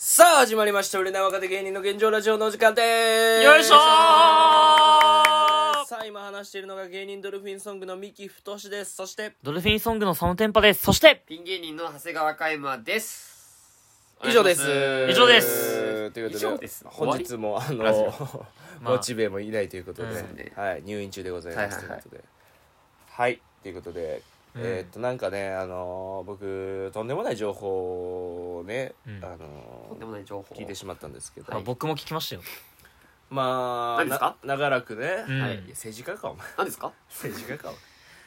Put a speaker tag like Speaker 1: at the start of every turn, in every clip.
Speaker 1: さあ始まりました売れない若手芸人の現状ラジオのお時間でーす。
Speaker 2: よいしょー。
Speaker 1: さあ今話しているのが芸人ドルフィンソングの三木太です。そして
Speaker 2: ドルフィンソングの佐野天パです。そして
Speaker 3: ピン芸人の長谷川海馬です。
Speaker 1: 以上です
Speaker 2: 以上です
Speaker 1: ということで
Speaker 3: 以上です
Speaker 1: 本日も
Speaker 3: ラジ
Speaker 1: モチベもいないということで、
Speaker 2: うん
Speaker 1: はい、入院中でございます、
Speaker 3: はいはいはい
Speaker 1: ということではいということで、なんかね僕とんでもない情報をね、
Speaker 3: とんでもない情報
Speaker 1: 聞いてしまったんですけど、
Speaker 2: あ僕も聞きましたよ。
Speaker 1: まあ
Speaker 3: 何ですか
Speaker 1: 長らくね、
Speaker 2: うん
Speaker 1: はい、いや政治家かお前
Speaker 3: 何ですか？
Speaker 1: 政治家かお前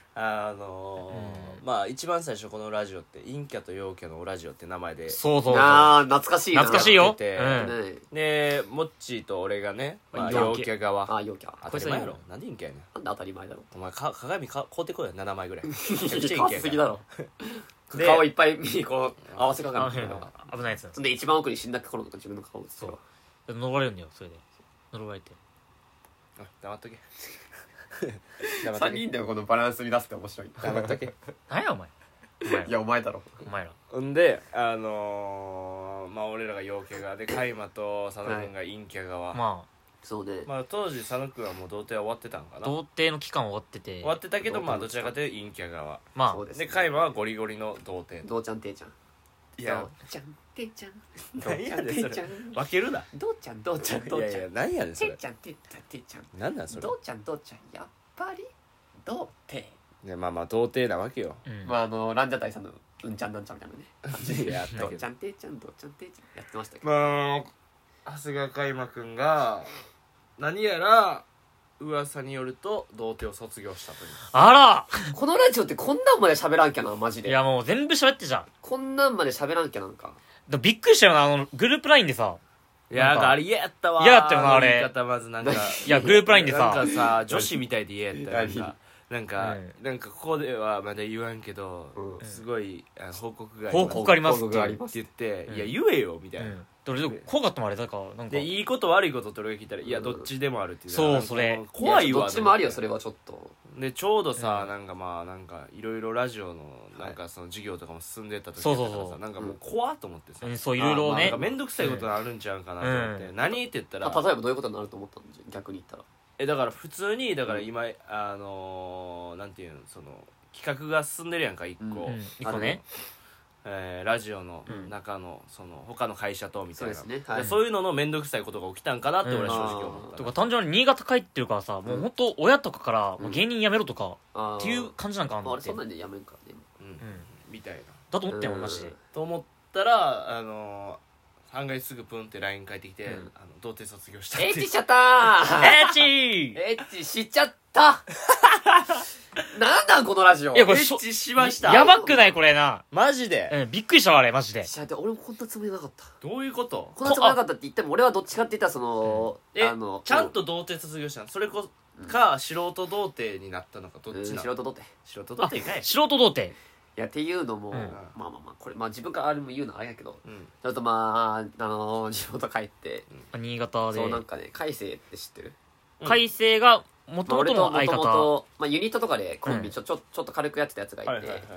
Speaker 1: まあ一番最初このラジオって陰キャと陽キャのラジオって名前で
Speaker 2: そうそうそう。
Speaker 3: あー懐かしいな。
Speaker 2: 懐かしいよ。
Speaker 1: やってて
Speaker 2: うん。
Speaker 3: ね
Speaker 1: でモッチーと俺がね、まあ、陽
Speaker 2: 陽キャ
Speaker 1: キャ側
Speaker 3: あー陽キャ。
Speaker 1: 当たり前やろなんで陰キャやねん
Speaker 3: なんで当たり前だろ。
Speaker 1: お前鏡買うてこいよ7枚ぐらいめちゃくちゃ陰キャ
Speaker 3: 買
Speaker 1: や
Speaker 3: いすぎだろ。
Speaker 1: で
Speaker 3: 顔いっぱいこう合わせ鏡みたいなのが。
Speaker 2: 危ないやつなん
Speaker 3: そんで一番奥に死んだ頃とか自分の顔を映すよ。
Speaker 2: 呪われるんだよ、それで。呪われて。
Speaker 1: あ黙っとけ黙っと
Speaker 3: 3
Speaker 1: け
Speaker 3: 人でこのバランスに出すって面白い。
Speaker 1: 黙っとけ
Speaker 2: 何やお前。お前ら。
Speaker 3: いやお前だろ。
Speaker 2: お前ら。
Speaker 1: んでまあ俺らが陽キャ側でカイマと佐野君が陰キャ側、
Speaker 2: ま
Speaker 3: そうね。
Speaker 1: まあ当時佐野君はもう童貞は終わってたんか
Speaker 2: あ、
Speaker 1: な
Speaker 2: 童貞の期間終わってて。
Speaker 1: 終わってたけどまあどちらかというと陰キャ側
Speaker 2: ま
Speaker 3: そうです
Speaker 1: でカイマはゴリゴリの童貞
Speaker 3: どうちゃんていちゃん。
Speaker 1: いや
Speaker 3: どうちゃんていちゃん。
Speaker 1: 何やねんそれ
Speaker 3: どうちゃんていちゃん。
Speaker 1: 分けるな
Speaker 3: どうちゃんどうちゃんどうちゃん
Speaker 1: いやいや。何やねんそれ
Speaker 3: ていちゃんていちゃんていちゃん。
Speaker 1: 何なんそれ
Speaker 3: どうちゃんどうちゃんやっぱり童貞。
Speaker 1: ねまあまあ童貞なわけよ
Speaker 2: うん。
Speaker 3: まあランジャタイさんのうんちゃんなんちゃんみたいなね。
Speaker 1: やったけど
Speaker 3: どうちゃんていちゃんどうちゃんていちゃんやってましたけど。
Speaker 1: まあ長谷川海馬くんが何やら噂によると童貞を卒業したという
Speaker 2: あら
Speaker 3: このラジオってこんなんまで喋らんきゃなマジで。
Speaker 2: いやもう全部喋ってじゃん。
Speaker 3: こんなんまで喋らんきゃなんか。
Speaker 2: びっくりしたよな、グループラインでさ。
Speaker 1: いやなんかあれ嫌やったわ
Speaker 2: 嫌やったよなあれ
Speaker 1: 言い方まずなんか
Speaker 2: いやグループラインでさ
Speaker 1: なんかさ女子みたいで嫌やったよなんか
Speaker 2: うん
Speaker 1: なんかここではまだ言わんけど
Speaker 3: うん
Speaker 1: すごい報告が
Speaker 2: 報告ありますって
Speaker 3: 報告あります
Speaker 1: って言って
Speaker 2: うん
Speaker 1: いや言えよみたいな
Speaker 2: うん。俺怖かったもんあれだから、なんか。
Speaker 1: でいいこと悪いことって俺が聞いたらいやどっちでもあるっていう
Speaker 2: そう
Speaker 1: なんか
Speaker 2: それ
Speaker 1: 怖いわ
Speaker 3: やどっちもあるよそれはちょっと。
Speaker 1: でちょうどさ、
Speaker 2: うん
Speaker 1: なんかまあなんかいろいろラジオのなんかその授業とかも進んでった時
Speaker 2: そう
Speaker 1: だからさ
Speaker 2: そうそう
Speaker 1: なんかもう怖っと思ってさ、
Speaker 2: うん、そう、いろいろね
Speaker 1: なんか。面倒くさいことがあるんちゃうかなと思って、
Speaker 2: うん
Speaker 1: 何って言ったら
Speaker 3: 例えばどういうことになると思ったの逆に言ったら。
Speaker 1: だから普通にだから今なんていうのその企画が進んでるやんか一個、
Speaker 2: うん一個ね。
Speaker 1: ラジオの中のその他の会社とみたいな
Speaker 3: そうですねはい
Speaker 1: そういうのの面倒くさいことが起きたんかなって俺は正直思ったな、
Speaker 2: とか単純に新潟帰ってるからさ、もう本当親とかからもう芸人辞めろとか
Speaker 3: あー
Speaker 2: っていう感じなんかあんのって。
Speaker 3: まあ俺そんなんでやめんからね。
Speaker 1: うん
Speaker 2: うん。
Speaker 1: みたいな
Speaker 2: だと思ったよ、マジで。
Speaker 1: と思ったら案外すぐプンって LINE 返ってきて、
Speaker 3: うん
Speaker 1: 童貞卒業したって
Speaker 3: エッチしちゃったー
Speaker 2: エッチー
Speaker 3: エッチしちゃったなんなんこのラジオ。
Speaker 2: いやこれ
Speaker 1: エッチしました
Speaker 2: やばくないこれな。
Speaker 1: マジで、
Speaker 2: うん、びっくりしたわ、あれ、マジで。
Speaker 3: しゃで俺もこんなつもりなかった。
Speaker 1: どういうこと
Speaker 3: こんなつもりなかったって言っても俺はどっちかって言ったらその、
Speaker 1: ちゃんと童貞卒業したのそれこか素人童貞になったのかどっちなの
Speaker 3: 素人どって
Speaker 1: 素人童貞かい
Speaker 2: 素人童貞。
Speaker 3: いやっていうのも、
Speaker 2: うん
Speaker 3: まあこれ自分からあれも言うのはあれやけど
Speaker 1: うん
Speaker 3: ちょっと地元帰って、
Speaker 2: 新潟で
Speaker 3: そう。なんかね海星って知ってる？
Speaker 2: 海星が、もともとの相
Speaker 3: 俺と
Speaker 2: 方。
Speaker 3: ユニットとかでコンビ
Speaker 2: うん
Speaker 3: ちょっと軽くやってたやつがいて、
Speaker 1: はいはいはいはい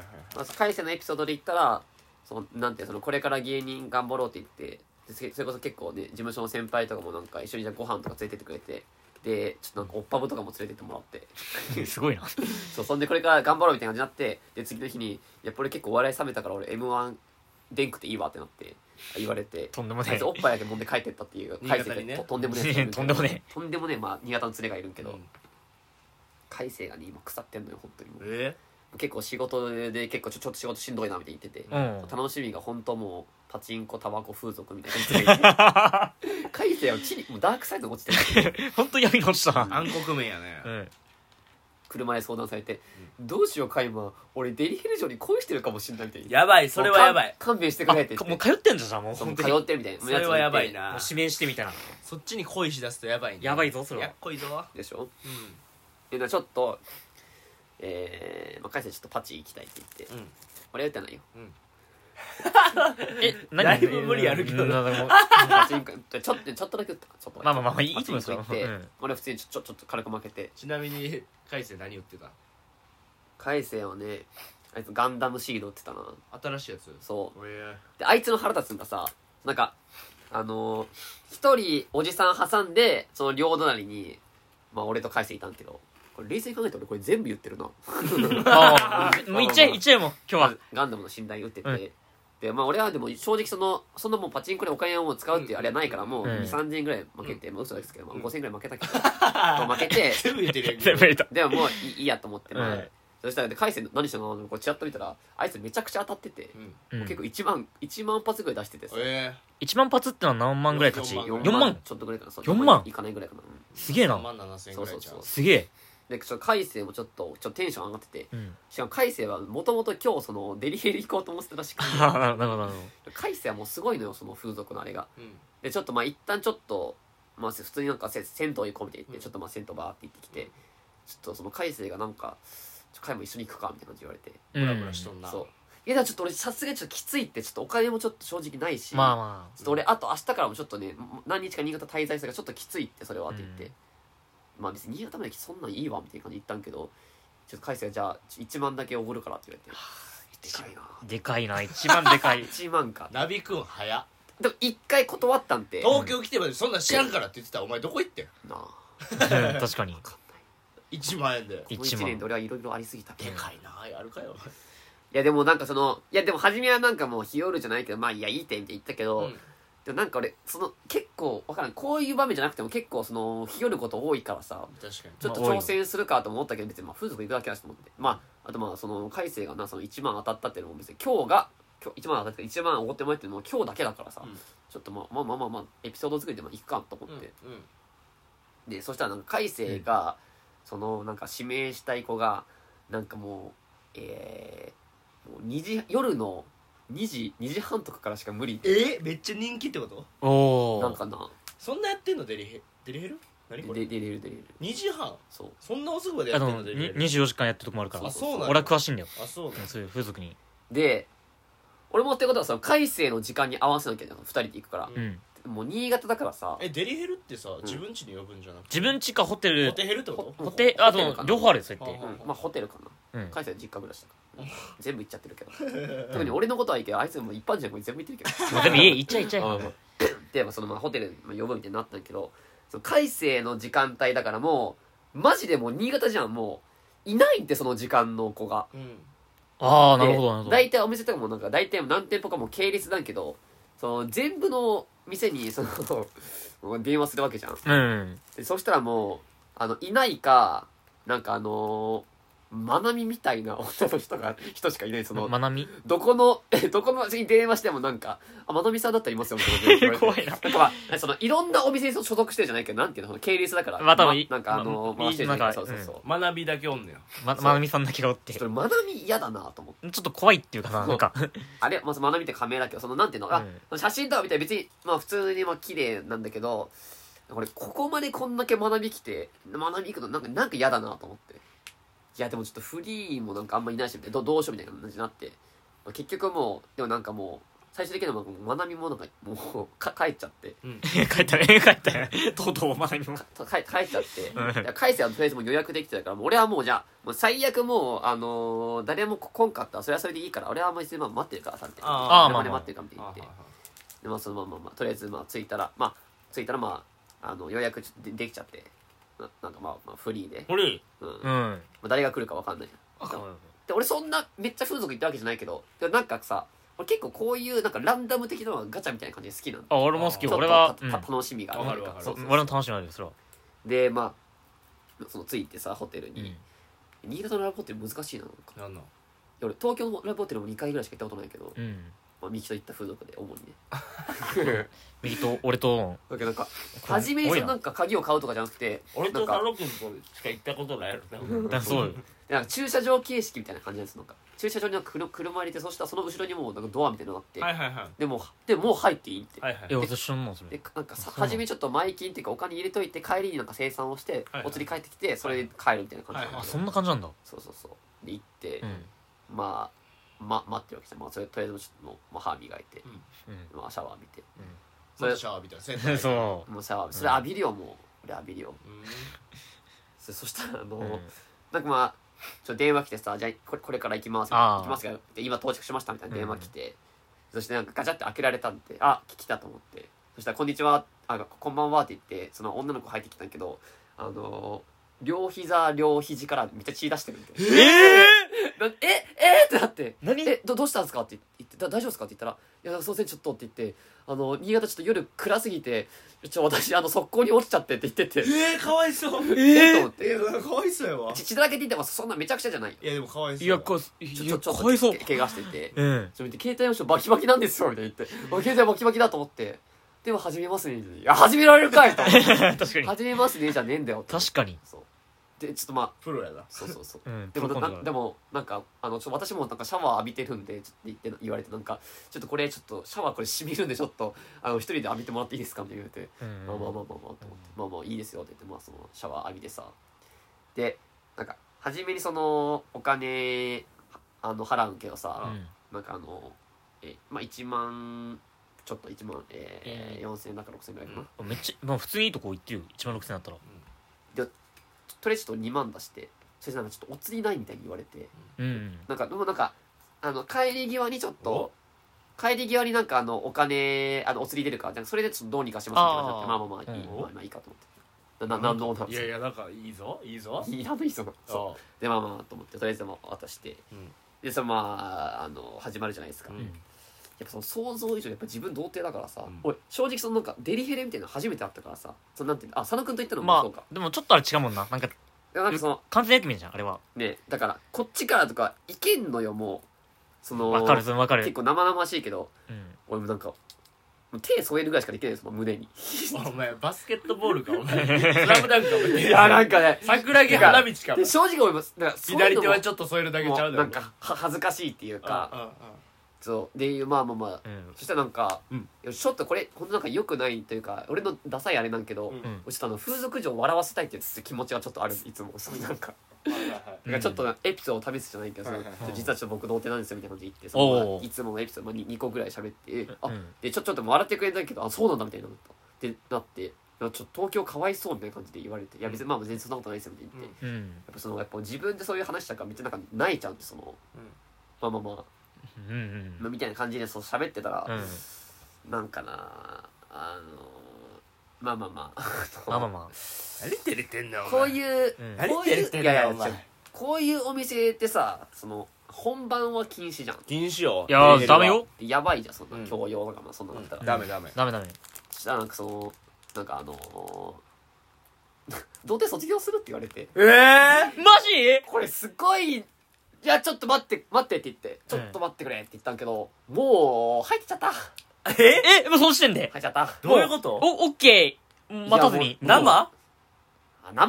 Speaker 2: すごいな。
Speaker 3: そうそんでこれから頑張ろうみたいな感じになってで次の日に「いやこれ結構お笑い冷めたから俺 m 1出んくていいわ」ってなって言われて
Speaker 2: とんでもねえ
Speaker 3: あいつおっぱいだけ揉んで帰ってったっていう
Speaker 1: 新潟にね
Speaker 3: とんでもねえやつがいる
Speaker 2: とんでもね
Speaker 3: とんでもねえ新潟の連れがいるけど、
Speaker 1: うん
Speaker 3: 海星がね今腐ってんのよ本当にもう
Speaker 1: え
Speaker 3: 結構仕事で結構ちょっと仕事しんどいなみたいに言ってて、
Speaker 2: うん。
Speaker 3: 楽しみが本当もうパチンコタバコ風俗みたいなやつがいて海星は地にもうダークサイドに落ちてる
Speaker 2: ほんと闇に落ちた。
Speaker 1: 暗黒面やね
Speaker 2: うん。
Speaker 3: 車で相談されて「どうしようカイマ俺デリヘル嬢に恋してるかもしんない」みたいな
Speaker 1: やばいそれはやばい
Speaker 3: 勘弁してくれって
Speaker 2: あ、もう
Speaker 3: 言って
Speaker 2: 通ってんじゃん、もう。
Speaker 3: そう
Speaker 2: 本当に。
Speaker 3: 通ってるみたいな
Speaker 1: それはやばい
Speaker 3: な
Speaker 1: な
Speaker 2: もう指名してみたいな。
Speaker 1: そっちに恋しだすとやばいね
Speaker 2: やばいぞそれは
Speaker 1: やっこいぞ
Speaker 3: でしょ
Speaker 1: う
Speaker 3: でちょっと海星ちょっとパチ行きたいって言って
Speaker 1: んうん
Speaker 3: 俺は言ったないよ
Speaker 2: え、
Speaker 1: だいぶ無理あるけど
Speaker 2: うんもう
Speaker 3: パチンコちょっとだけ打ったちょっとだけ
Speaker 2: まあまあいいと思いますよ
Speaker 3: パチンコ行って、
Speaker 2: うん
Speaker 3: 俺は普通にちょっと軽く負けて
Speaker 1: ちなみに海星何言ってた
Speaker 3: 海星はねあいつガンダムシード売ってたな
Speaker 1: 新しいやつ
Speaker 3: そう
Speaker 1: え
Speaker 3: であいつの腹立つんがさなんか一人おじさん挟んでその両隣にまあ俺と海星いたんけど、これ冷静に考えたら俺これ全部言ってるな
Speaker 2: ああもういっちゃいもう今日は
Speaker 3: ガンダムの寝台打ってて、
Speaker 2: うん
Speaker 3: でまあ俺はでも正直そんなもうパチンコでお金を使うっていうあれはないからもう
Speaker 2: うん
Speaker 3: 2、3000円ぐらい負けて、まあ嘘ですけど、まあ、5000円ぐらい負けたけど負けて
Speaker 1: 全部言ってるやんけ
Speaker 2: 全部入れた
Speaker 3: でももういいやと思って、まあ
Speaker 2: うん
Speaker 3: そしたらで海星何したのこうチラッと見たらあいつめちゃくちゃ当たってて、
Speaker 1: うん
Speaker 2: うん
Speaker 3: 結構1万発ぐらい出しててさ、
Speaker 2: 1万発ってのは何万ぐらい勝ち
Speaker 1: 4
Speaker 2: 4万
Speaker 3: ちょっとぐらいかな、そう
Speaker 2: 4万
Speaker 3: いかないぐらいかな、
Speaker 1: 3
Speaker 2: すげえな
Speaker 1: 万7000円ぐらいちゃ
Speaker 3: そうう
Speaker 2: すげえ
Speaker 3: で海星もちょっとテンション上がってて、
Speaker 2: うん
Speaker 3: しかも海星はもともと今日そのデリヘル行こうと思ってたらしくて
Speaker 2: なるほどなるほど
Speaker 3: 海星はもうすごいのよその風俗のあれが
Speaker 1: うん
Speaker 3: でちょっとまあ一旦ちょっとまあ普通になんか銭湯行こうみたいに言って、ちょっとまあ銭湯バーって行ってきて、ちょっとその海星がなんか海も一緒に行くかみたいな感じで言われて、
Speaker 1: ブラブラしとんな
Speaker 3: そういやだからちょっと俺さすがにちょっときついってちょっとお金もちょっと正直ないし、
Speaker 2: まあま
Speaker 3: ちょっと俺あと明日からもちょっとね何日か新潟滞在するからちょっときついってそれはって言って、まあ別に新潟までそんなんいいわみたいな感じで言ったんけど、ちょっと海星がじゃあ1万だけおごるからって言われて、でかいな
Speaker 2: あでかいな1万でかい
Speaker 3: 1万か
Speaker 1: ナビくん早っ
Speaker 3: でも1回断ったんて
Speaker 1: 東京来てまでそんなん知らんからって言ってたらお前どこ行ってん
Speaker 3: なあ
Speaker 2: 確かに
Speaker 1: 1万円で
Speaker 3: この
Speaker 2: 1
Speaker 3: 1年で
Speaker 2: 万
Speaker 3: 俺はいろいろありすぎた
Speaker 1: でかいなやるかよ
Speaker 3: いやでもなんかそのいやでも初めはなんかもう日和るじゃないけどまあいやいいってみたいに言ったけど、
Speaker 1: うん
Speaker 3: でもなんか俺その結構わからんこういう場面じゃなくても結構その日和ること多いからさ
Speaker 1: 確かに
Speaker 3: ちょっと挑戦するかと思ったけど別にまあ風俗行くだけだしと思ってまああとまあその海星がなその1万当たったっていうのも別に今日1万当たって1万おごってもらってるのも今日だけだからさ、
Speaker 1: うん
Speaker 3: ちょっとまあエピソード作りでもいくかと思って、
Speaker 1: うん
Speaker 3: でそしたらなんか海星が、そのなんか指名したい子がなんかもうもう夜の2時半とかからしか無理
Speaker 1: めっちゃ人気ってこと
Speaker 2: おお
Speaker 3: なんかな
Speaker 1: そんなやってんのデリヘル何これ
Speaker 3: 出れる
Speaker 1: 2時半
Speaker 3: そう
Speaker 1: そんな遅くまでや
Speaker 2: あ
Speaker 1: ってん
Speaker 2: の
Speaker 1: のデリヘル
Speaker 2: 24時間やってるとこもあるから
Speaker 1: あそうなんだ
Speaker 2: 俺は詳しいんだよ
Speaker 1: あそうなんだ
Speaker 2: そういう風俗に
Speaker 3: で俺もってことはその海星の時間に合わせなきゃいけない2人で行くから、
Speaker 2: うん
Speaker 3: もう新潟だからさ
Speaker 1: デリヘルってさ自分家に呼ぶんじゃなくて
Speaker 2: 自分家かホテル
Speaker 1: ホテヘルってこと
Speaker 2: ホテあと
Speaker 3: ホテルかな
Speaker 2: 両方あるよそうやって
Speaker 1: は
Speaker 3: まあホテルかな
Speaker 2: うん
Speaker 3: 海星は実家暮らしだから全部行っちゃってるけど特に俺のことはいいけどあいつも一般人は全部行ってるけど
Speaker 2: もうでも家行っちゃいっちゃい
Speaker 3: で、まあ、そのまあホテルに呼ぶみたいになったんだけどその海星の時間帯だからもうマジでもう新潟じゃんもういないってその時間の子が
Speaker 1: うん
Speaker 2: ああなるほどなるほど
Speaker 3: 大体お店とかもなんか大体何店舗かも系列だけどその全部の店にその電話するわけじゃん
Speaker 2: うん
Speaker 3: でそしたらもういないかなんかまなみみたいな女の人しかいないその
Speaker 2: まなみ
Speaker 3: どこのに電話してもなんかまなみさんだったらいますよみたいな言われて
Speaker 2: 怖いな
Speaker 3: なんかまあそのいろんなお店に所属してるじゃないけどなんていうのその系列だから
Speaker 2: まあ多分
Speaker 3: なんか回してるじゃないけど
Speaker 2: なんか
Speaker 3: そう
Speaker 1: 学びだけおんねよ
Speaker 2: まなみさんだけがおってち
Speaker 3: ちょっとまなみ嫌だなと思って
Speaker 2: ょっと怖いっていうかななんか
Speaker 3: あれまずまなみって仮名だけどそのなんていうの写真とか見たら別にまあ普通にまあ綺麗なんだけどここまでこんだけ学び来て学び行くのなんか嫌だなと思っていやでもちょっとフリーもなんかあんまいないしみたいなどうしようみたいな感じになって、まあ、結局もうでもなんかもう最終的には学びもなんかもう帰っちゃって
Speaker 2: 帰ったね帰ったねとうとうまなみも
Speaker 3: 帰っちゃって
Speaker 2: うん
Speaker 3: いや海星はとりあえずもう予約できてたからもう俺はもうじゃあもう最悪もう誰も来んかったらそれはそれでいいから俺はもういつでも待ってるからさみたいな
Speaker 1: あ
Speaker 2: ーまあまあ
Speaker 3: 待ってるからみたいな言ってでまあそのまあとりあえずまあ着いたら予約ちょっとできちゃってなんかまあフリーで
Speaker 1: これ
Speaker 3: うん
Speaker 2: うん
Speaker 3: まあ誰が来るか分かんないじゃんで俺そんなめっちゃ風俗行ったわけじゃないけどでなんかさ俺結構こういうなんかランダム的なのがガチャみたいな感じで好きなの
Speaker 2: あ俺も好き
Speaker 3: ちょっと
Speaker 2: 俺は
Speaker 3: 楽しみがある
Speaker 1: わかるわかる
Speaker 3: そうそう
Speaker 2: 俺の楽しみあるよそれは
Speaker 3: でまあその着いてさホテルに
Speaker 2: うん、
Speaker 3: 新潟のラブホテル難しいななんか
Speaker 1: なんなん
Speaker 3: 俺東京のラブホテルも2回ぐらいしか行ったことないけど、
Speaker 2: うん
Speaker 3: まあ、ミキと行った風俗で主にね
Speaker 2: 右と俺と
Speaker 3: だけどなんか初めにそのなんか鍵を買うとかじゃなくて
Speaker 1: 俺と
Speaker 3: なんか
Speaker 1: 太郎くんとしか行ったことないやろな
Speaker 2: だそうよ
Speaker 3: なんか駐車場形式みたいな感じなんですなんか駐車場になんか車入れてそしたらその後ろにもうなんかドアみたいなのがあって、
Speaker 1: はいはいはい
Speaker 3: でもう入っていいって、
Speaker 1: はいはい
Speaker 2: え私知らんのそれ
Speaker 3: でなんかさ
Speaker 2: そうなの
Speaker 3: 初めちょっと前金っていうかお金入れといて帰りになんか生産をして、
Speaker 1: はい
Speaker 3: お釣り帰ってきてそれで帰るみたいな感じなんだけど
Speaker 2: あそんな感じなんだ
Speaker 3: そうそうそうで行って、
Speaker 2: うん
Speaker 3: 待ってるわけですよ、まあ、それとりあえずちょっともう、歯磨いて、
Speaker 2: う
Speaker 3: まあ、シャワー浴びて
Speaker 1: またシャワーみたいなセンター
Speaker 2: んそ
Speaker 3: もうシャワーそれ浴びるよもう俺浴びるよ
Speaker 1: うん
Speaker 3: そしたら
Speaker 2: う
Speaker 3: なんかまあちょっと電話来てさじゃあこれから行きます
Speaker 2: あー
Speaker 3: 行きますが今到着しましたみたいな電話来て、そしてなんかガチャって開けられたんで来たと思ってそしたらこんにちはこんばんはって言ってその女の子入ってきたんだけど両肘からめっちゃ血出してるみたいなってなって
Speaker 2: 何
Speaker 3: どうしたんですかって言って大丈夫ですかって言ったらいやすいませんちょっとって言って新潟ちょっと夜暗すぎて私側溝に落ちちゃってって言ってて
Speaker 1: かわいそう
Speaker 3: と思って
Speaker 1: かわいそうやわ
Speaker 3: 血だらけって言ってもそんなめちゃくちゃじゃないよ
Speaker 1: いやでもかわいそう
Speaker 2: いや
Speaker 3: ちょっと
Speaker 2: かわいそう
Speaker 3: 怪我してて
Speaker 2: うん
Speaker 3: ちょっと携帯の人バキバキなんですよみたいな言って携帯バキバキだと思ってでも始めますねいや始められるかいと
Speaker 2: 確かに
Speaker 3: 始めますねじゃねえんだよ
Speaker 2: 確かに
Speaker 3: そうでちょっと
Speaker 1: プロやな
Speaker 3: そう
Speaker 2: うん
Speaker 3: でも
Speaker 2: プロコントだ
Speaker 3: でもなんか私もなんかシャワー浴びてるんでちょっと言われてなんかちょっとこれちょっとシャワーこれ染みるんでちょっと一人で浴びてもらっていいですかって言われて
Speaker 2: うん
Speaker 3: まあと思ってまあいいですよって言ってそのシャワー浴びてさでなんか初めにそのお金払うんけどさなんかまあ1万ちょっと1万4000円だか6000円ぐらいかな
Speaker 2: めっちゃまあ普通にいいとこ行ってるよ1万6000円だったら
Speaker 3: とりあえずちょっと2万出してそれなんかちょっとお釣りないみたいに言われて
Speaker 2: うん
Speaker 3: なんかでもなんか帰り際にちょっと帰り際になんかお金お釣り出るからそれでちょっとどうにかしますって話になってまあいい、まあいいかと思ってなんのなん
Speaker 1: いやいやなんかいいぞいいぞ
Speaker 3: いいぞそうでまあと思ってとりあえずも渡してでそのまあ始まるじゃないですか、やっぱその想像以上やっぱ自分童貞だからさ、俺正直そのなんかデリヘレみたいなの初めてあったからさそのなんていうの佐野くんと言ったのもそうか、
Speaker 2: でもちょっとあれ違うもんななんか
Speaker 3: なんかその
Speaker 2: 完全役目じゃんあれは
Speaker 3: ねだからこっちからとかいけんのよもうその
Speaker 2: わかる
Speaker 3: 結構生々しいけど
Speaker 2: うん
Speaker 3: 俺もなんか手添えるぐらいしかできないですもん胸に
Speaker 1: お前バスケットボールかお前スラムダンクかお前
Speaker 3: いやなんかね
Speaker 1: 桜木花道か
Speaker 3: で正直思いますだからそういうのも
Speaker 1: 左手はちょっと添えるだけちゃうだろ
Speaker 3: もうなんか恥ずかしいっていうかそうでまあ
Speaker 2: うん
Speaker 3: そしたらなんか、
Speaker 1: うん
Speaker 3: いやちょっとこれ本当なんか良くないというか俺のダサいあれなんけど、
Speaker 1: うん
Speaker 3: ちょっと風俗嬢を笑わせたいっていう気持ちはちょっとあるいつもそうなんかなんかちょっとエピソードを試すじゃないけど、
Speaker 1: はいはいはい
Speaker 3: その実はちょっと僕童貞なんですよみたいな感じで言って
Speaker 2: おー
Speaker 3: いつものエピソード、2個ぐらい喋ってあ、
Speaker 2: うん
Speaker 3: でちょっと笑ってくれたけどあそうなんだみたいなってなっていやちょっと東京かわいそうみたいな感じで言われていや別にまあ全然そんなことないですよみたいな言って、
Speaker 2: うん
Speaker 3: やっぱ自分でそういう話したからめっちゃなんか泣いちゃうんでまあ
Speaker 2: うんうん
Speaker 3: まあみたいな感じでそう喋ってたら、
Speaker 2: うん
Speaker 3: なんかなまあ
Speaker 2: まあ
Speaker 3: 何
Speaker 1: 照れてんだよ
Speaker 3: こういう
Speaker 2: うん
Speaker 1: 何
Speaker 3: こういう
Speaker 1: 照れてんだよお
Speaker 3: 違う
Speaker 1: 前
Speaker 3: こういうお店ってさその本番は禁止じゃん
Speaker 1: 禁止よ
Speaker 2: いやーダメよ
Speaker 3: やばいじゃんそんな
Speaker 1: うん
Speaker 3: 教養とかまあそんなのだったら、
Speaker 1: ダメダメ
Speaker 2: ダメダメ
Speaker 3: そしたらなんかそのなんか童貞卒業するって言われて
Speaker 2: マジ
Speaker 3: これすごいいやちょっと待ってって言ってちょっと待ってくれって言ったんけどもう入ってちゃった
Speaker 2: もうその時点で
Speaker 3: 入っちゃった
Speaker 1: どういうこと
Speaker 2: オッケー待たずに
Speaker 1: 生
Speaker 3: あ生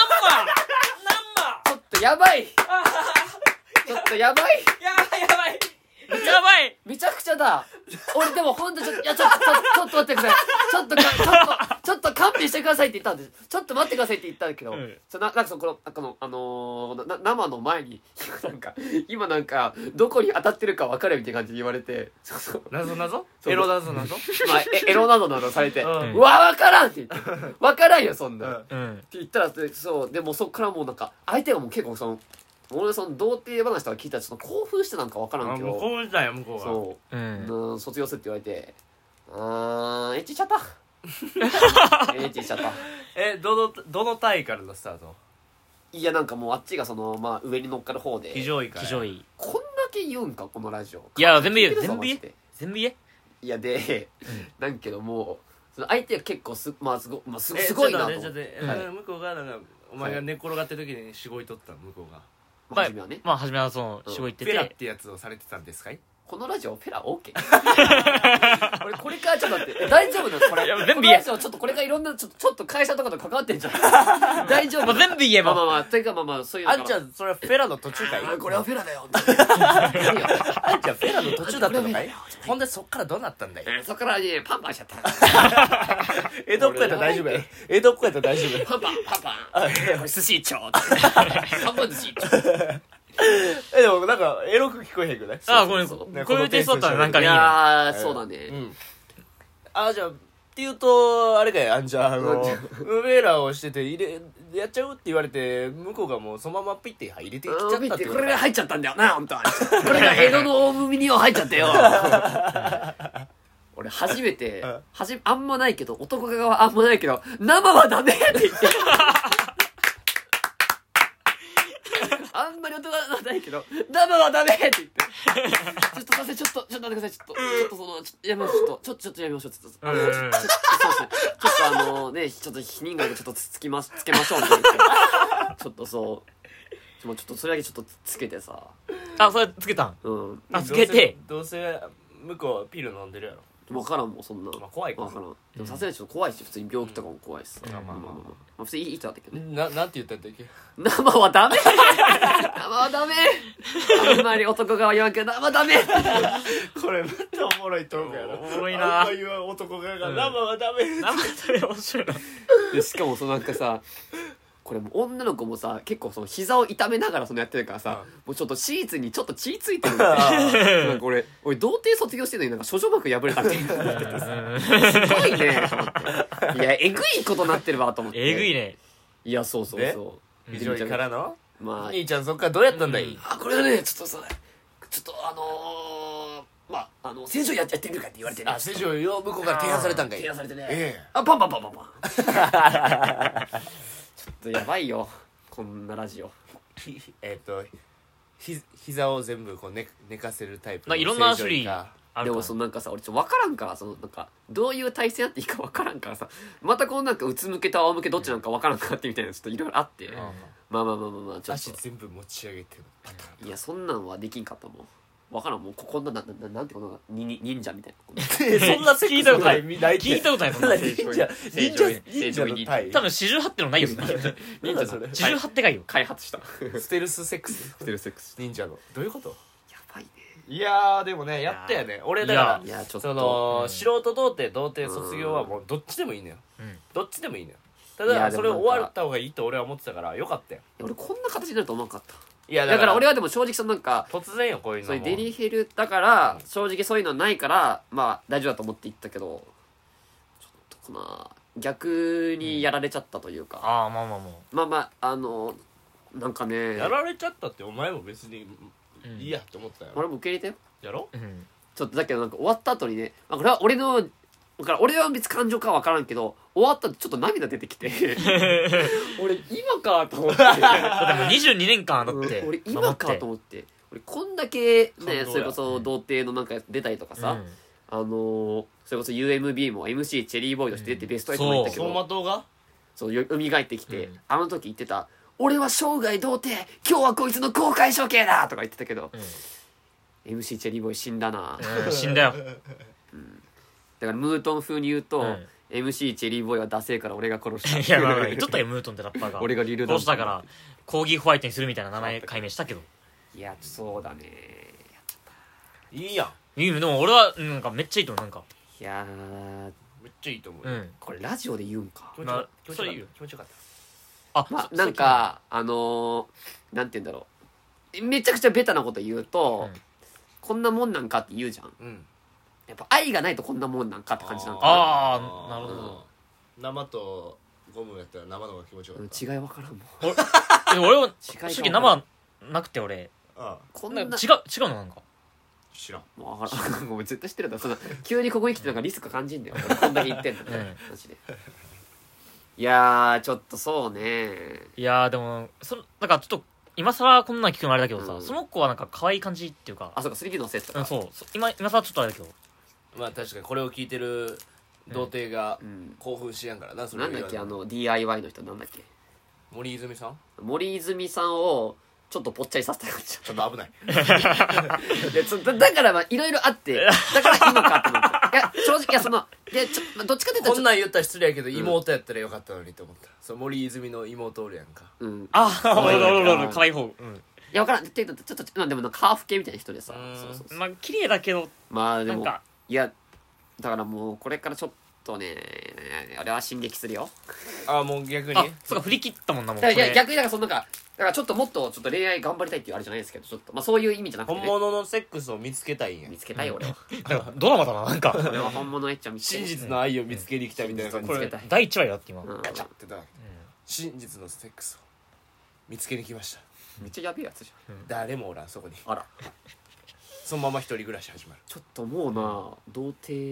Speaker 3: ちょっとやばいちょっとやばい
Speaker 2: やばい
Speaker 3: めちゃくちゃだ俺でもほんとちょっと待ってくださいちょっと勘弁してくださいって言ったんですちょっと待ってくださいって言ったんだけど、なんかその生の前に今なんかどこに当たってるか分かるみたいな感じで言われてそう
Speaker 1: 謎
Speaker 3: そう
Speaker 1: エロ謎
Speaker 3: まあエロなどされて、
Speaker 1: うん
Speaker 3: うわ分からんって言って分からんよそんな、って
Speaker 2: うん
Speaker 3: 言ったらそうでもそっからもうなんか相手がもう結構その俺その童貞話とか聞いたらちょっと興奮してなんか分からんけど
Speaker 1: 向こうしたんや向こうが
Speaker 3: そう卒業するって言われてエッチしちゃったエッチしちゃった
Speaker 1: どのタイからのスタート
Speaker 3: いやなんかもうあっちがそのまあ上に乗っかる方で
Speaker 1: 非常位から
Speaker 2: 非常位
Speaker 3: こんだけ言うんかこのラジオ
Speaker 2: いや全部言え
Speaker 3: 聞いてるぞ
Speaker 2: 全部言え
Speaker 3: マジで
Speaker 2: 全部言え
Speaker 3: いやで、なんけどもその相手が結構すごいなと思って
Speaker 1: 向こうがなんかお前が寝転がってる時にしごいとったの向こうが
Speaker 3: 初めはね
Speaker 2: まあ初めはその仕事行って
Speaker 1: フェラっててやつをされてたんですかい
Speaker 3: このラジオフェラ OK 俺これからちょっと待って大丈夫なのこれ
Speaker 2: いや全部
Speaker 3: この
Speaker 2: 言え
Speaker 3: ラジオちょっとこれからいろんなちょっと会社とかと関わってんじゃん大丈夫
Speaker 2: もう全部言えば
Speaker 3: まあというかまあそういうの
Speaker 1: あんちゃんそれはフェラの途中かい
Speaker 3: これはフェラだよ
Speaker 1: あんちゃんフェラの途中だったのかいほんでそっからどうなったんだい
Speaker 3: そっからねパンパンしちゃった
Speaker 1: 江戸っ子やったら大丈夫や江戸っ子やったら大丈夫や
Speaker 3: パン寿司一丁半分寿司一丁
Speaker 1: でもなんかエロく聞こえへんくない
Speaker 2: あこれ
Speaker 3: そう
Speaker 2: こういうテストだったらなんか
Speaker 3: い
Speaker 2: いいな
Speaker 3: やーそうだね
Speaker 1: うんじゃあっていうとあれかいあんちゃんフェラをしててやっちゃうって言われて向こうがもうそのままピッて入れてきちゃったって
Speaker 3: これが入っちゃったんだよな本当はこれが江戸の大海には入っちゃったよ俺俺初めて
Speaker 1: うん
Speaker 3: あんまないけど男側はあんまないけど生はダメって言ってあんまり男側はないけど生はダメって言ってちょっとすいませんちょっと待ってくださいちょっとそのやめましょうちょっとやめましょうちょっとそうですねちょっとねちょっと否認がちょっとつけましょうって言ってちょっとそうちょっとそれだけちょっとつけてさ
Speaker 2: あそれつけたん
Speaker 3: うん
Speaker 2: あつけて
Speaker 1: どうせ向こうはピル飲んでるやろ。
Speaker 3: 分からんもんそんな
Speaker 1: まあ怖いか
Speaker 3: 分からんでもさすがにちょっと怖いし普通に病気とかも怖いしさ
Speaker 2: うん
Speaker 3: まあ普通にいい人だったけどね
Speaker 1: なんて言ったんだっけ。
Speaker 3: 生はダメ生はダメあんまり男側言わんけど生はダメ
Speaker 1: これまたおもろいトークやろ。
Speaker 2: おもろいな
Speaker 1: あんま言わん男側が生はダメ。
Speaker 2: 生それ面白いな
Speaker 3: でしかもなんかさこれもう女の子もさ結構その膝を痛めながらそのやってるからさ、もうちょっとシーツにちょっと血ついてるんだよなんか俺童貞卒業してるのになんか処女膜破れたみたいになっててさすごいねと思っていやえぐいことなってるわと思って
Speaker 2: えぐいね
Speaker 3: いやそうそう
Speaker 1: 非常にからの
Speaker 3: まあ
Speaker 1: 兄ちゃんそっからどうやったんだい。
Speaker 3: これはねちょっとさちょっとまあ正常やってみるかって言われてね
Speaker 1: あ、正常よ向こうから提案されたんかい。
Speaker 3: 提案されてね、
Speaker 1: え
Speaker 3: パンパンパンパンパンちょっとやばいよこんなラジオ
Speaker 1: 膝を全部こう寝かせるタイプの
Speaker 2: いろんな種類
Speaker 1: 正常位か。
Speaker 3: でも
Speaker 2: あるか
Speaker 3: そのなんかさ俺ちょっと分からんからなんかどういう体勢やっていいか分からんからさまたこうなんかうつむけと仰向けどっちなんか分からんかってみたいなちょっといろいろあって、まあちょっと
Speaker 1: 足全部持ち上げてパタ
Speaker 3: いやそんなんはできんかったもん分からんもうこんななんてこの忍者みたいな
Speaker 1: そんなセックス
Speaker 2: 聞いたことない
Speaker 1: ない
Speaker 2: 聞いたことないそんな
Speaker 1: 忍者のタイ
Speaker 2: 多分四十八ってのないよ
Speaker 1: 忍者それ
Speaker 2: 四十八ってがいいよ
Speaker 3: 開発した
Speaker 1: ステルスセックス
Speaker 3: ステルセックス
Speaker 1: 忍者のどういうこと。
Speaker 3: やばいね
Speaker 1: いやーでもねやったよね。俺だから
Speaker 3: いやちょっと
Speaker 1: その、
Speaker 2: うん
Speaker 1: 素人童貞卒業はもうどっちでもいいのよ。
Speaker 2: うん
Speaker 1: どっちでもいいのよ。た
Speaker 3: いや
Speaker 1: だそれ
Speaker 3: でもなんか
Speaker 1: 終わった方がいいと俺は思ってたからよかったよ。
Speaker 3: 俺こんな形になると思わなかった
Speaker 1: いや
Speaker 3: だから俺はでも正直そのなんか
Speaker 1: 突然よこういうのも
Speaker 3: そういうデリヘルだから正直そういうのないからまあ大丈夫だと思って行ったけどちょっと逆にやられちゃったというか、
Speaker 2: ああまあ
Speaker 3: なんかね
Speaker 1: やられちゃったってお前も別にいいやって思ってたよ。
Speaker 3: 俺も受け入れたよ
Speaker 1: やろ
Speaker 2: うん
Speaker 3: ちょっとだけどなんか終わった後にねこれは俺は別に感情かは分からんけど終わった後ちょっと涙出てきて俺今かと思って
Speaker 2: だってもう22年間だって
Speaker 3: 俺今かと思って俺こんだけ
Speaker 1: 感動や
Speaker 3: ねそれこそ童貞のなんか出たりとかさ、
Speaker 2: うん
Speaker 3: それこそ UMB も MC チェリーボーイとして出てベスト8も行ったけ
Speaker 1: 走馬
Speaker 3: ど、
Speaker 1: 灯が
Speaker 3: そう蘇ってきて、
Speaker 2: うん
Speaker 3: あの時言ってた「俺は生涯童貞今日はこいつの公開処刑だ!」とか言ってたけど、MC チェリーボーイ死んだな、
Speaker 2: うん死んだよ
Speaker 3: だからムートン風に言うと、
Speaker 2: うん
Speaker 3: MC チェリーボーイはダセえから俺が殺した
Speaker 2: いやまあちょっとムートンってラッパーが
Speaker 3: 俺がリルダン
Speaker 2: 殺したからコーギーホワイトにするみたいな名前改名したけど
Speaker 3: いやそうだね
Speaker 1: いいやん。
Speaker 2: いいでも俺はなんかめっちゃいいと思うなんか
Speaker 3: いや
Speaker 1: めっちゃいいと思うよ。
Speaker 2: うん
Speaker 3: これラジオで言うんか
Speaker 1: 気持ちよかった
Speaker 2: まあそれいいよ
Speaker 1: 気持ちよかっ
Speaker 2: あ
Speaker 3: まあなんかなんて言うんだろうめちゃくちゃベタなこと言うと、
Speaker 2: うん
Speaker 3: こんなもんなんかって言うじゃん
Speaker 1: た。うん。
Speaker 3: やっぱ愛がないとこんなもんなんかって感じなのか
Speaker 2: ああなるほど
Speaker 1: 生とゴムやったら生の方が気持ちよかっ
Speaker 3: な、違い分からんもん
Speaker 2: でも俺は
Speaker 3: 違い
Speaker 2: 正
Speaker 3: が
Speaker 2: 直生なくて俺
Speaker 1: た。ああ
Speaker 3: こんなん
Speaker 2: なか違うのなんか
Speaker 1: 知らん。
Speaker 3: もう分からんごめん絶対知ってるんだその急にここに来てなんかリスク感じんだよ俺こんだけ言ってんの、
Speaker 2: うん
Speaker 3: マジでいやーちょっとそうね
Speaker 2: いやーでもなんかちょっと今更こんなん聞くのあれだけどさ、
Speaker 3: うん
Speaker 2: その子はなんか可愛い感じっていうか
Speaker 3: あそうか 3D のせてたか
Speaker 2: そう今更ちょっとあれだけど
Speaker 1: まあ確かにこれを聞いてる童貞が
Speaker 3: うん
Speaker 1: 興奮しやんからな。それ
Speaker 3: なんだっけDIY の人なんだっけ
Speaker 1: 森泉さん
Speaker 3: 森泉さんをちょっとぽっちゃりさせた感じ
Speaker 1: ちょっと危ない。
Speaker 3: だからまあいろいろあってだから今かって思っていや正直いやどっちかって言ったら
Speaker 1: こんなん言ったら失礼やけど妹やったらよかったのにと思った。そう森泉の妹おるやんか。
Speaker 3: うん
Speaker 2: ああ
Speaker 3: 可愛い
Speaker 2: 可愛い方
Speaker 3: いや分からんって言うとちょっとまあでもなんかハーフ系みたいな人でさ
Speaker 1: うん
Speaker 3: そうそうそう
Speaker 2: まあ綺麗だけど
Speaker 3: まあでも
Speaker 2: なんか
Speaker 3: いやだからもうこれからちょっとね俺は進撃するよ
Speaker 1: ああもう逆に
Speaker 2: あそうか振り切ったもんなもん
Speaker 3: いや
Speaker 2: これ
Speaker 3: 逆にだからそのなんかだからちょっともっとちょっと恋愛頑張りたいっていうあれじゃないですけどちょっとまあそういう意味じゃなくて
Speaker 1: 本
Speaker 3: ね
Speaker 1: 物のセックスを見つけたいんや
Speaker 3: 見。つけたいよ俺は
Speaker 2: なんかドラマだななんか
Speaker 3: 俺は本物エッチャ見つけ
Speaker 1: 真実の愛を見つけに来たみたいな感じで
Speaker 3: これ見つけたい
Speaker 2: 第1話よだって今、
Speaker 3: うん
Speaker 1: ガチャってだ真実のセックスを見つけに来ました。
Speaker 3: めっちゃやべえやつじゃん
Speaker 1: 誰もおらんそこに。
Speaker 3: あら
Speaker 1: そのまま一人暮らし始まる。
Speaker 3: ちょっともうな童貞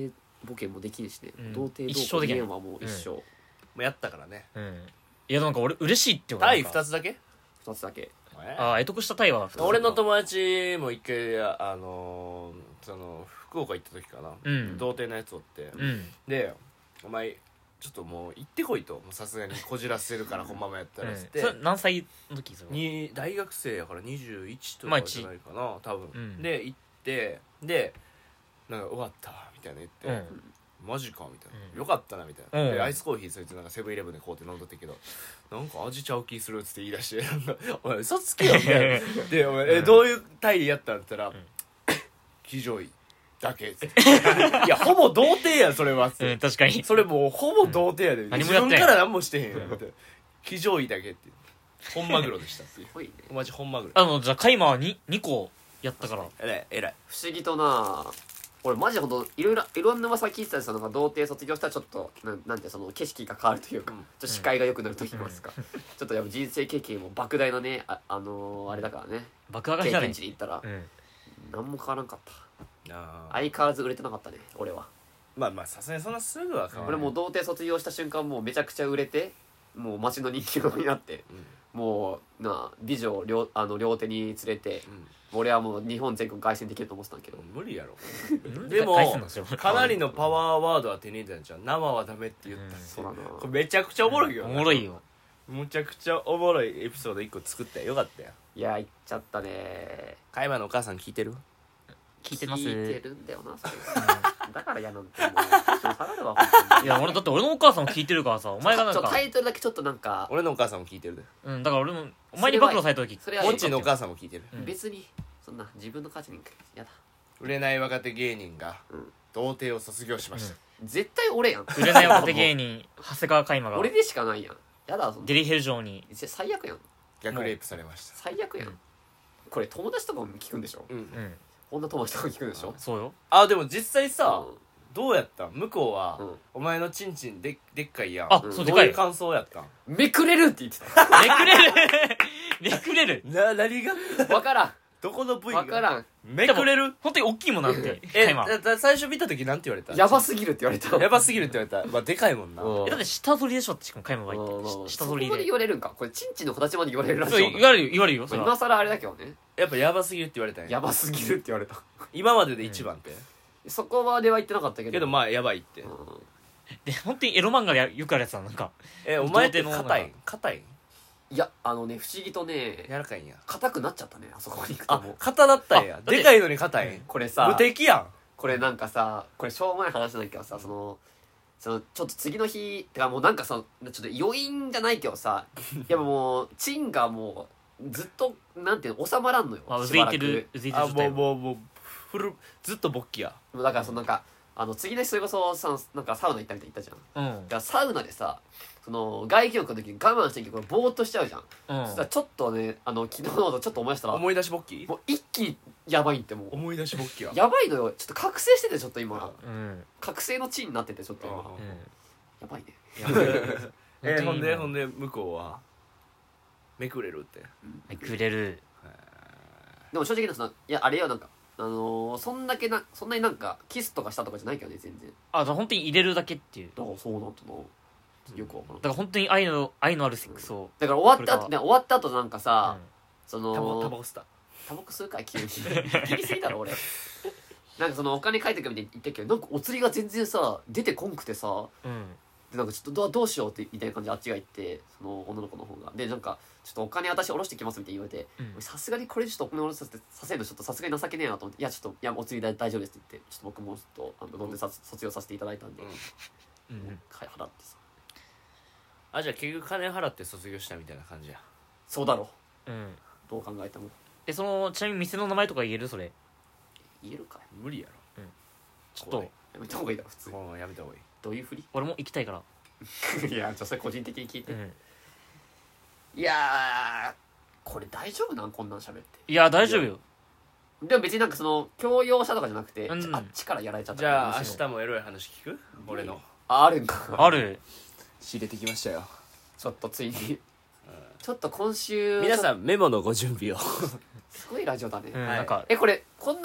Speaker 3: ボケもできるしね、
Speaker 2: うん
Speaker 3: 童貞
Speaker 2: 一生できない
Speaker 3: ゲームはもう一生、
Speaker 1: もうやったからね。
Speaker 2: いやなんか俺嬉しいっていうか
Speaker 1: タイ
Speaker 2: なんか
Speaker 1: 2つだけ？
Speaker 3: 2つだけ。
Speaker 2: あ得得したタイは2つ
Speaker 1: 俺の友達も一回その福岡行った時かな、
Speaker 2: うん
Speaker 1: 童貞のやつおって、
Speaker 2: うん
Speaker 1: でお前ちょっともう行ってこいと、さすがにこじらせるからこのままやったらっつって、
Speaker 2: それ何歳の時それは
Speaker 1: に大学生やから21と
Speaker 2: まあ
Speaker 1: かじゃないかな多分、
Speaker 2: うん
Speaker 1: で行ってでなんか終わったみたいな言って、
Speaker 2: うん
Speaker 1: マジかみたいな、
Speaker 2: うん
Speaker 1: よかったなみたいな、
Speaker 2: うん
Speaker 1: でアイスコーヒーそいつなんかセブンイレブンで買うて飲んどったけどなんか味ちゃう気するっつって言い出してなんかお前嘘つけよみたいなでお前どういう体位やったんって言ったら騎乗位だけっつっていやほぼ童貞やんそれはっつって、
Speaker 2: 確かに
Speaker 1: それもうほぼ童貞やで、自
Speaker 2: 何もやってない
Speaker 1: 分から何もしてへんやんみたいな騎乗位だけっていう本マグロでしたっていう
Speaker 3: すごいね。
Speaker 1: マジ本マグロ
Speaker 2: じゃあカイマは2個やったから
Speaker 1: 偉い
Speaker 3: 不思議とな、俺マジでほんといろんな噂聞いてたんですよ。なんか童貞卒業したらちょっとなんてその景色が変わるというか、ちょっと視界が良くなると言いますか、ちょっとやっぱ人生経験も莫大なね、あれだからね、経
Speaker 2: 爆上がりじゃない
Speaker 3: 験値で言ったら
Speaker 2: うん
Speaker 3: 何も変わらんかった。
Speaker 1: あ
Speaker 3: 相変わらず売れてなかったね俺は。
Speaker 1: まあさすがにそんなすぐは変わらない
Speaker 3: 俺もう童貞卒業した瞬間もうめちゃくちゃ売れて、もう街の人気者になって、もう美女を両手に連れて、俺はもう日本全国凱旋できると思ってたんだけど、
Speaker 1: 無理やろ
Speaker 2: うん
Speaker 1: でも
Speaker 2: 返すんですよ
Speaker 1: かなりのパワーワードは手に入れたんじゃん。生はダメって言った
Speaker 3: そうだな。
Speaker 1: これめちゃくちゃおもろいよ
Speaker 2: おもろいよ
Speaker 1: むちゃくちゃおもろいエピソード1個作ったよ。よかったよ。
Speaker 3: いや言っちゃったね。
Speaker 1: 加山のお母さん聞いてる？
Speaker 2: 聞いてます
Speaker 3: 聞いてるんだよなそれだから嫌なんてもう下がるわ本当に。
Speaker 2: いや俺だって俺のお母さんも聞いてるからさお前がなんか
Speaker 3: タイトルだけちょっとなんか
Speaker 1: 俺のお母さんも聞いてるで。
Speaker 2: うんだから俺もお前に暴露された時
Speaker 3: それは
Speaker 1: モッチーのお母さんも聞いてる。
Speaker 2: うん
Speaker 3: 別にそんな自分の価値にやだ。
Speaker 1: 売れない若手芸人が
Speaker 3: うん
Speaker 1: 童貞を卒業しました。
Speaker 3: 絶対俺やん。
Speaker 2: 売れない若手芸人長谷川海馬が
Speaker 3: 俺でしかないやん。やだそんな
Speaker 2: デリヘル城に
Speaker 3: 最悪やん。
Speaker 1: 逆レイプされました。
Speaker 3: 最悪やん、
Speaker 2: うん
Speaker 3: これ友達とかも聞くんでしょ。
Speaker 1: うん。
Speaker 2: うん
Speaker 3: 女友達とか聞くんでしょ。
Speaker 2: そうよ
Speaker 1: あでも実際さ
Speaker 3: う
Speaker 1: どうやったん？向こうは
Speaker 3: うん
Speaker 1: お前のチンチンでっかいやん。
Speaker 2: あ
Speaker 3: うん
Speaker 2: そうでかいう
Speaker 1: どうい感想やったん？
Speaker 3: んめくれるって言ってた。
Speaker 2: めくれるめくれる
Speaker 1: 何が
Speaker 3: わから
Speaker 1: どこの部位が
Speaker 3: んわからん。
Speaker 1: めくれる？
Speaker 2: 本当に大きいもんなんて
Speaker 1: え
Speaker 2: 海馬
Speaker 1: 最初見た時なんて言われた？
Speaker 3: やばすぎるって言われた。
Speaker 1: やばすぎるって言われた。まあでかいもんな。
Speaker 3: うん
Speaker 2: だって下取りでしょってしかも海馬は
Speaker 3: うん
Speaker 2: 言って下
Speaker 3: そこまで
Speaker 2: 取りで
Speaker 3: 言われるんか。これチンチンの形まで言われるらしい
Speaker 2: そう言われるよそれは
Speaker 3: 今更あれだけどね。
Speaker 1: やっぱやばすぎるって言われたんや。
Speaker 3: やばすぎるって言われた。
Speaker 1: 今までで一番って。
Speaker 3: そこまでは言ってなかったけど。
Speaker 1: けどまあやばいって。
Speaker 3: うん
Speaker 2: で本当にエロ漫画でよくあるやつなんか
Speaker 1: お前って
Speaker 2: 童貞の
Speaker 1: 硬いん？硬いん？
Speaker 3: いや不思議とね
Speaker 1: 柔らかいんや。
Speaker 3: 硬くなっちゃったねあそこに行くと
Speaker 1: あ
Speaker 3: もう。
Speaker 1: 硬だったんや。
Speaker 2: あだって
Speaker 1: でかいのに硬いん。
Speaker 3: これさ
Speaker 1: 無敵やん。
Speaker 3: これなんかさこれしょうもない話なんだけどさそのちょっと次の日てかもうなんかさちょっと余韻じゃないけどさやっぱもうチンがもうずっとなんていうの収まらんのよ。
Speaker 2: う
Speaker 3: しばらく
Speaker 2: ずいてる状
Speaker 1: あ
Speaker 2: 態
Speaker 1: もうずっと勃起や。
Speaker 3: もうだからそのなんか次の日それこそさなんかサウナ行ったみたいに言ったじゃん。だ
Speaker 2: うん
Speaker 3: からサウナでさその外気浴の時に我慢してんけどぼーっとしちゃうじゃん。
Speaker 2: うん
Speaker 3: そしたらちょっとね昨日のことちょっと思い出したら
Speaker 1: 思い出し勃起？
Speaker 3: もう一気にやばいってもう
Speaker 1: 思い出し勃起や。
Speaker 3: やばいのよ。ちょっと覚醒しててちょっと今
Speaker 2: うん
Speaker 3: 覚醒のチンになっててちょっと今
Speaker 1: うん
Speaker 3: やばいね。
Speaker 1: ほんで
Speaker 2: 本
Speaker 1: 向こうはめくれるって。
Speaker 2: 当にくれる
Speaker 3: でも正直なそのいやあれよなんかそんなになんかキスとかしたとかじゃないけどね全然。
Speaker 2: あだから本当に入れるだけっていう
Speaker 3: だからそうなんだなよくわからん。
Speaker 2: だから本当に愛のあるセックスを
Speaker 3: だから終わった
Speaker 2: これ
Speaker 3: 後ね終わった後なんかさ、
Speaker 2: うん
Speaker 3: そ
Speaker 1: タバ
Speaker 3: の
Speaker 1: コ吸った。
Speaker 3: タバコ吸うかい急に気にすぎだろ俺。なんかそのお金返ってくるみたいに言ったけどなんかお釣りが全然さ出てこんくてさ
Speaker 2: うん
Speaker 3: でなんかちょっとどうしようってみたいな感じであっちが言ってその女の子の方がでなんかちょっとお金私下ろしてきますみたいに言われて
Speaker 2: うん
Speaker 3: さすがにこれちょっとお金下ろさせるのちょっとさすがに情けねえなと思っていやちょっといやお釣り大丈夫ですって言ってちょっと僕もちょっと飲んで卒業させていただいたんで、
Speaker 1: うん
Speaker 2: うん
Speaker 3: 払ってさ
Speaker 1: あじゃあ結局金払って卒業したみたいな感じや。
Speaker 3: そうだろ
Speaker 2: うん
Speaker 3: どう考えても
Speaker 2: でそのちなみに店の名前とか言えるそれ
Speaker 3: 言えるかい。
Speaker 1: 無理や
Speaker 2: ちょっと
Speaker 3: やめた方がいいだろ普通
Speaker 1: ろ。もうやめた方がいい。
Speaker 3: どういうふり
Speaker 2: 俺も行きたいから
Speaker 3: いやちょっとそれ個人的に聞いて、
Speaker 2: うん
Speaker 3: いやーこれ大丈夫なんこんなん喋って。
Speaker 2: いや大丈夫よ
Speaker 3: でも別になんかその強要したとかじゃなくて、
Speaker 2: うん
Speaker 3: あっちからやられちゃった
Speaker 1: じゃあ
Speaker 3: むしろ
Speaker 1: 明日もエロい話聞く？俺の
Speaker 3: あるんか
Speaker 2: ある
Speaker 1: 仕入れてきましたよ。
Speaker 3: ちょっとついにちょっと今週
Speaker 1: 皆
Speaker 3: ん
Speaker 1: さんメモのご準備を。
Speaker 3: すごいラジオだね、
Speaker 2: うん
Speaker 1: はい
Speaker 2: なんか
Speaker 3: これこんな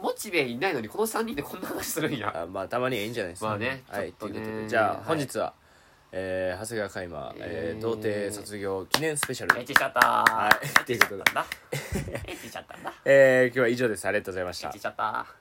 Speaker 3: モチベいないのにこの3人でこんな話するんや。
Speaker 1: あまあたまにはいいんじゃないですか。
Speaker 3: まあね
Speaker 1: はい、
Speaker 3: ちょっとね
Speaker 1: ということでじゃあ
Speaker 3: はい
Speaker 1: 本日は、長谷川海馬、童貞卒業記念スペシャル、
Speaker 3: エッチしちゃった
Speaker 1: はいということで
Speaker 3: エッチしちゃったんだ。
Speaker 1: 今日は以上です。ありがとうございました
Speaker 3: エッチしちゃった。